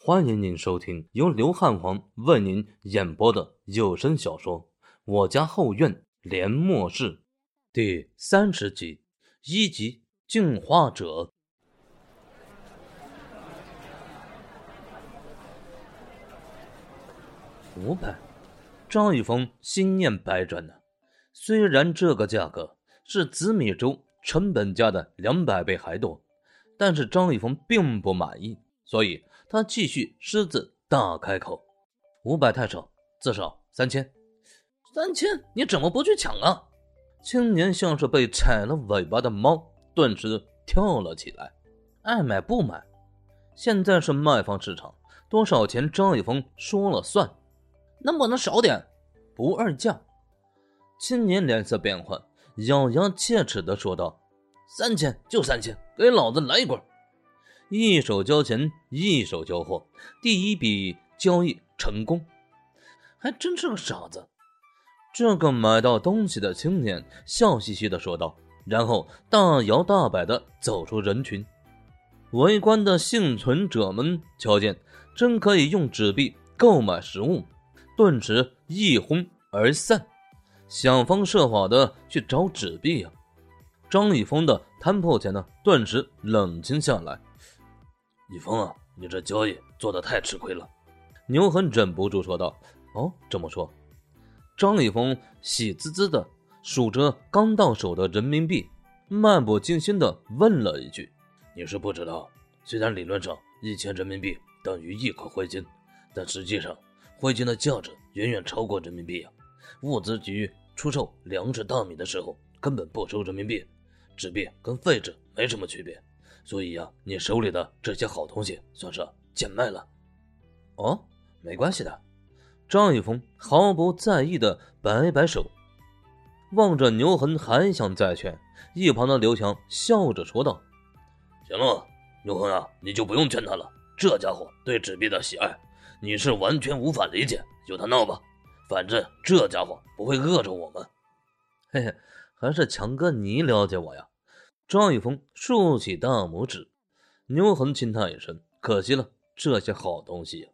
欢迎您收听由刘汉皇为您演播的有声小说《我家后院连末世》第30集，1级进化者。500，张玉峰心念百转呢。虽然这个价格是紫米粥成本价的200倍还多，但是张玉峰并不满意，所以他继续狮子大开口：500太少，至少3000。3000，你怎么不去抢啊？青年像是被踩了尾巴的猫，顿时跳了起来。爱买不买，现在是卖方市场，多少钱张玉峰说了算。能不能少点？不二价。青年脸色变幻，咬牙切齿地说道：3000就3000，给老子来一棍！一手交钱，一手交货，第一笔交易成功。还真是个傻子。这个买到东西的青年笑嘻嘻地说道，然后大摇大摆地走出人群。围观的幸存者们瞧见真可以用纸币购买食物，顿时一哄而散，想方设法的去找纸币啊。张玉峰的摊铺前呢，顿时冷静下来。玉峰啊，你这交易做得太吃亏了。牛恒忍不住说道。哦，这么说。张玉峰喜滋滋的数着刚到手的人民币，漫不经心的问了一句：你是不知道，虽然理论上1000人民币等于1颗灰金，但实际上灰金的价值远远超过人民币啊。物资局出售粮食大米的时候根本不收人民币，纸币跟废纸没什么区别，所以啊，你手里的这些好东西算是贱卖了。哦，没关系的。张玉峰毫不在意的摆摆手。望着牛恒还想再劝，一旁的刘强笑着说道：行了，牛恒啊，你就不用劝他了，这家伙对纸币的喜爱你是完全无法理解，由他闹吧，反正这家伙不会饿着我们。嘿嘿，还是强哥你了解我呀。张玉峰竖起大拇指。牛恒轻叹一声，可惜了这些好东西。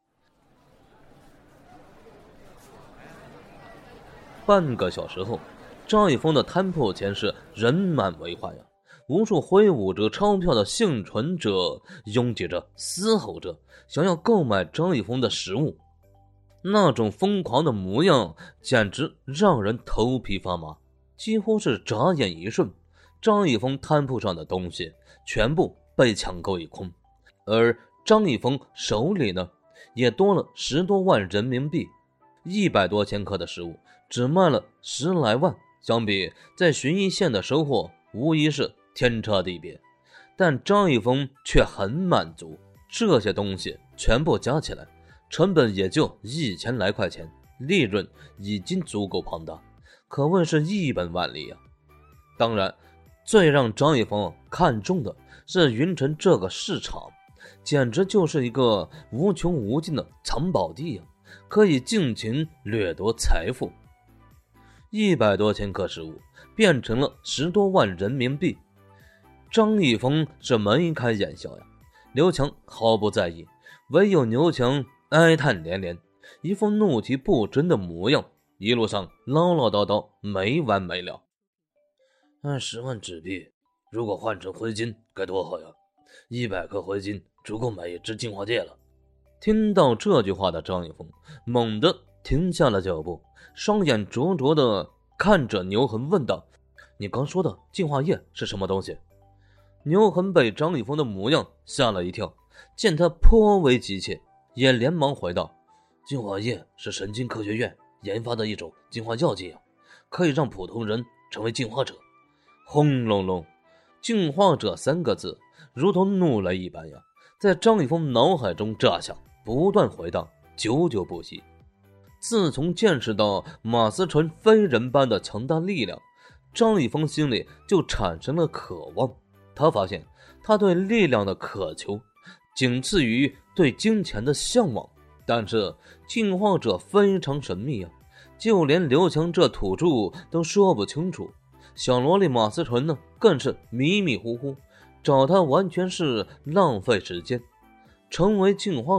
半个小时后，张玉峰的摊铺前是人满为患呀，无数挥舞着钞票的幸存者拥挤着嘶吼着，想要购买张玉峰的食物。那种疯狂的模样简直让人头皮发麻，几乎是眨眼一瞬，张玉峰摊铺上的东西全部被抢购一空，而张玉峰手里呢，也多了10多万人民币，100多千克的食物只卖了10来万，相比在旬一县的收获无疑是天差地别。但张玉峰却很满足，这些东西全部加起来成本也就1000来块钱，利润已经足够庞大，可谓是一本万利啊。当然，最让张玉峰看中的是云城这个市场，简直就是一个无穷无尽的藏宝地啊，可以尽情掠夺财富。100多千克食物变成了10多万人民币，张玉峰是眉开眼笑呀。刘强毫不在意，唯有牛强哀叹连连，一副怒气不争的模样，一路上唠唠叨叨没完没了。10万纸币如果换成灰金该多好呀，100颗灰金足够买一只进化戒了。听到这句话的张玉峰猛地停下了脚步，双眼灼灼地看着牛恒问道：你刚说的进化液是什么东西？牛恒被张玉峰的模样吓了一跳，见他颇为急切，也连忙回道：进化液是神经科学院研发的一种进化药剂啊，可以让普通人成为进化者。轰隆隆，进化者3个字如同怒雷一般呀，在张玉峰脑海中炸响，不断回荡，久久不息。自从见识到马思纯非人般的强大力量，张玉峰心里就产生了渴望。他发现他对力量的渴求仅次于对金钱的向往，但是进化者非常神秘啊，就连刘强这土著都说不清楚。小萝莉马思纯呢，更是迷迷糊糊，找他完全是浪费时间。成为进化者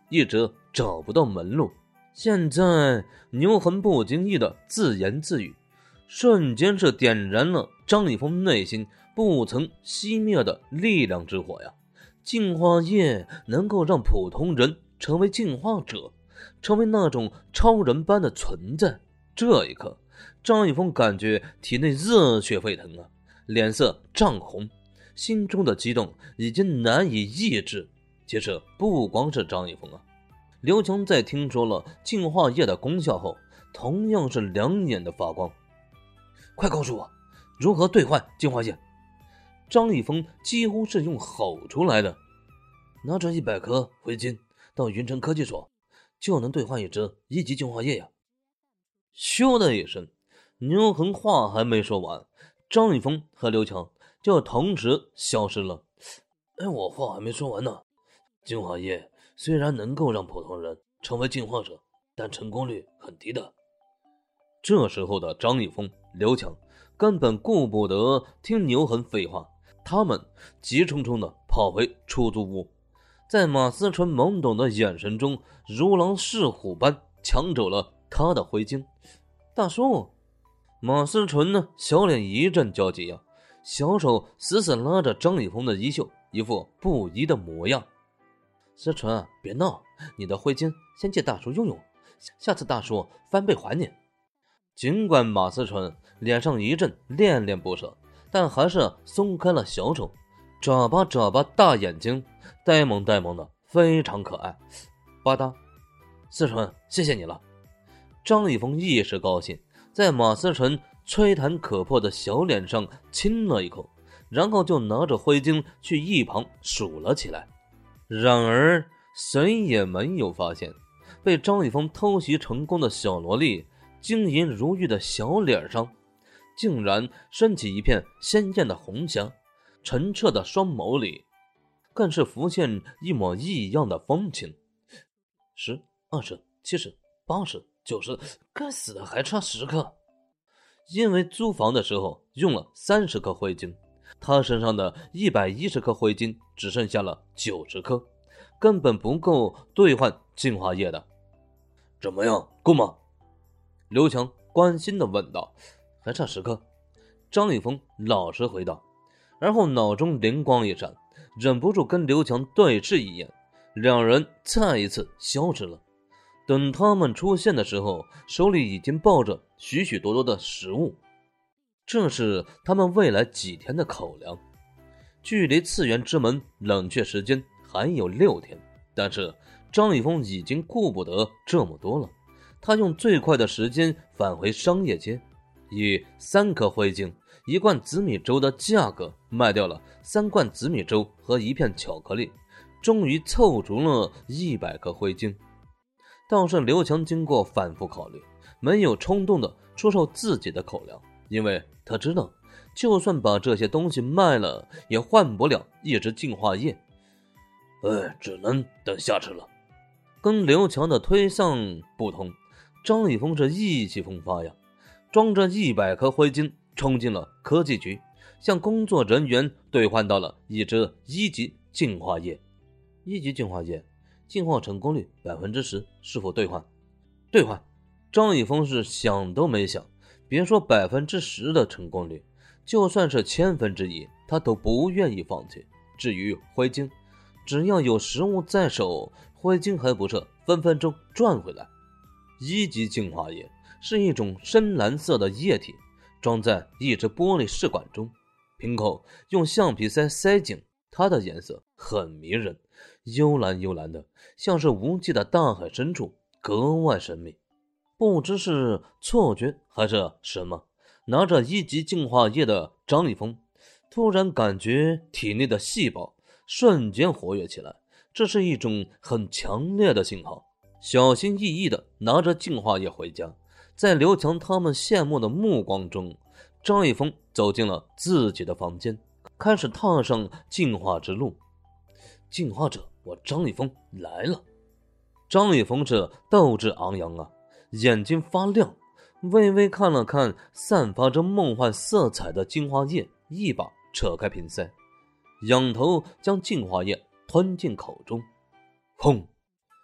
一直找不到门路。现在牛恒不经意的自言自语，瞬间是点燃了张一峰内心不曾熄灭的力量之火呀！净化液能够让普通人成为净化者，成为那种超人般的存在。这一刻，张一峰感觉体内热血沸腾啊，脸色涨红，心中的激动已经难以抑制。其实不光是张一峰啊，刘强在听说了净化液的功效后，同样是两眼的发光。快告诉我，如何兑换净化液？张一峰几乎是用吼出来的。拿着100颗灰金到云城科技所，就能兑换一支1级净化液呀！咻的一声，牛恒话还没说完，张一峰和刘强就同时消失了。我话还没说完呢。净化液虽然能够让普通人成为净化者，但成功率很低的。这时候的张一峰、刘强根本顾不得听牛恒废话，他们急冲冲地跑回出租屋，在马思纯懵懂的眼神中，如狼似虎般抢走了他的灰金。大叔，马思纯呢，小脸一阵焦急啊，小手死死拉着张一峰的衣袖，一副不依的模样。思纯，别闹，你的灰金先借大叔用用，下次大叔翻倍还你。尽管马思纯脸上一阵恋恋不舍，但还是松开了小手，眨巴眨巴大眼睛，呆萌呆萌的，非常可爱。吧嗒，思纯，谢谢你了。张一峰一时高兴，在马思纯吹弹可破的小脸上亲了一口，然后就拿着灰金去一旁数了起来。然而谁也没有发现，被张一峰偷袭成功的小萝莉晶莹如玉的小脸上竟然升起一片鲜艳的红霞，澄澈的双眸里更是浮现一抹异样的风情。10、20、70、80、90，该死的还差10颗。因为租房的时候用了30颗灰金，他身上的110颗灰金只剩下了90颗，根本不够兑换净化液的。怎么样，够吗？刘强关心地问道。还差10颗。张一峰老实回答，然后脑中灵光一闪，忍不住跟刘强对视一眼，两人再一次消失了。等他们出现的时候，手里已经抱着许许多多的食物，这是他们未来几天的口粮。距离次元之门冷却时间还有6天，但是张一峰已经顾不得这么多了，他用最快的时间返回商业街，以3颗灰金、1罐紫米粥的价格卖掉了3罐紫米粥和1片巧克力，终于凑足了100颗灰金。倒是刘强经过反复考虑，没有冲动的出售自己的口粮，因为他知道就算把这些东西卖了也换不了一支净化液，只能等下次了。跟刘强的推搡不同，张一峰是意气风发呀，装着100颗灰金冲进了科技局，向工作人员兑换到了一支1级净化液。1级净化液净化成功率 10%， 是否兑换？兑换。张一峰是想都没想，别说 10% 的成功率，就算是1/1000，他都不愿意放弃。至于灰金，只要有实物在手，灰金还不是分分钟赚回来。1级净化液是一种深蓝色的液体，装在一只玻璃试管中，瓶口用橡皮塞塞紧，它的颜色很迷人，幽蓝幽蓝的，像是无际的大海深处，格外神秘。不知是错觉还是什么，拿着1级净化液的张一峰突然感觉体内的细胞瞬间活跃起来，这是一种很强烈的信号。小心翼翼地拿着净化液回家，在刘强他们羡慕的目光中，张一峰走进了自己的房间，开始踏上净化之路。净化者，我张一峰来了。张一峰是斗志昂扬啊，眼睛发亮，微微看了看散发着梦幻色彩的净化液，一把扯开瓶塞，仰头将净化液吞进口中。砰！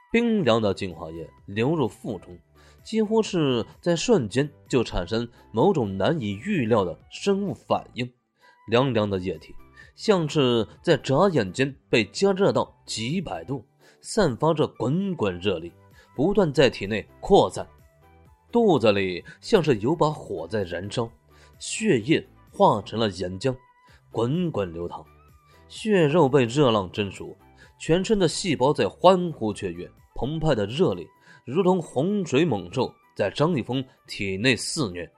冰凉的净化液流入腹中，几乎是在瞬间就产生某种难以预料的生物反应。凉凉的液体像是在眨眼间被加热到几百度，散发着滚滚热力，不断在体内扩散。肚子里像是有把火在燃烧，血液化成了岩浆，滚滚流淌。血肉被热浪蒸熟，全身的细胞在欢呼雀跃，澎湃的热力如同洪水猛兽在张一峰体内肆虐。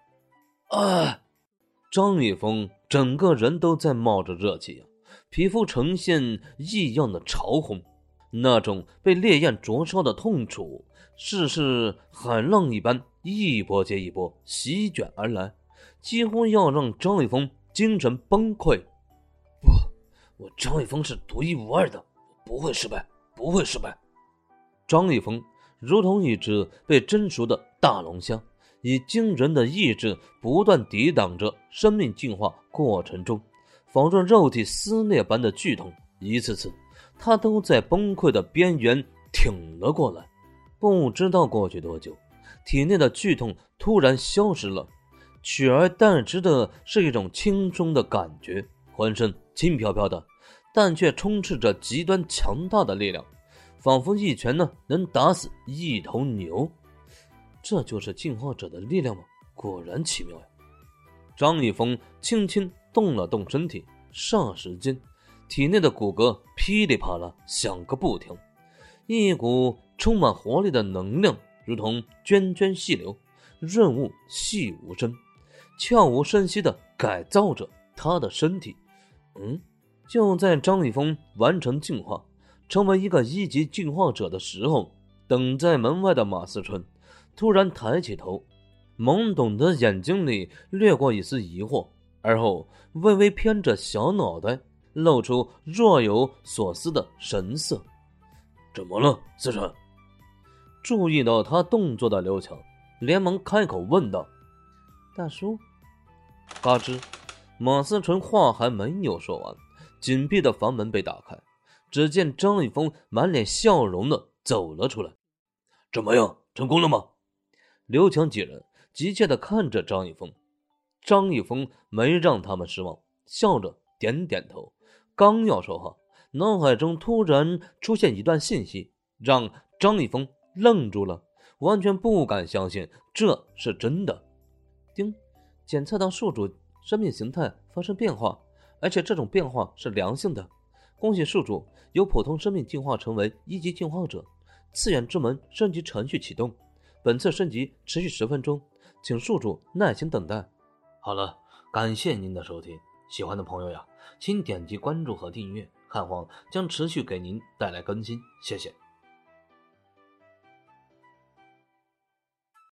张一峰整个人都在冒着热气，皮肤呈现异样的潮红，那种被烈焰灼烧的痛楚是海浪一般一波接一波席卷而来，几乎要让张一峰精神崩溃。不，我张一峰是独一无二的，不会失败，不会失败。张一峰如同一只被蒸熟的大龙虾，以惊人的意志不断抵挡着生命进化过程中仿若肉体撕裂般的剧痛，一次次他都在崩溃的边缘挺了过来。不知道过去多久，体内的剧痛突然消失了，取而代之的是一种轻松的感觉，浑身轻飘飘的，但却充斥着极端强大的力量，仿佛一拳能打死一头牛。这就是进化者的力量吗？果然奇妙呀！张一峰轻轻动了动身体，霎时间体内的骨骼噼里啪啦响个不停，一股充满活力的能量如同涓涓细流，润物细无声，悄无声息地改造着他的身体。就在张一峰完成进化，成为一个一级进化者的时候，等在门外的马思纯突然抬起头，懵懂的眼睛里掠过一丝疑惑，而后微微偏着小脑袋，露出若有所思的神色。怎么了，思纯？注意到他动作的刘强连忙开口问道。大叔。嘎吱，马思纯话还没有说完，紧闭的房门被打开，只见张一峰满脸笑容的走了出来。怎么样，成功了吗？刘强几人急切地看着张一峰。张一峰没让他们失望，笑着点点头，刚要说话，脑海中突然出现一段信息，让张一峰愣住了，完全不敢相信这是真的。丁，检测到宿主生命形态发生变化，而且这种变化是良性的。恭喜宿主由普通生命进化成为一级进化者，次元之门升级程序启动，本次升级持续10分钟，请宿主耐心等待。好了，感谢您的收听，喜欢的朋友呀，请点击关注和订阅，汉皇将持续给您带来更新，谢谢。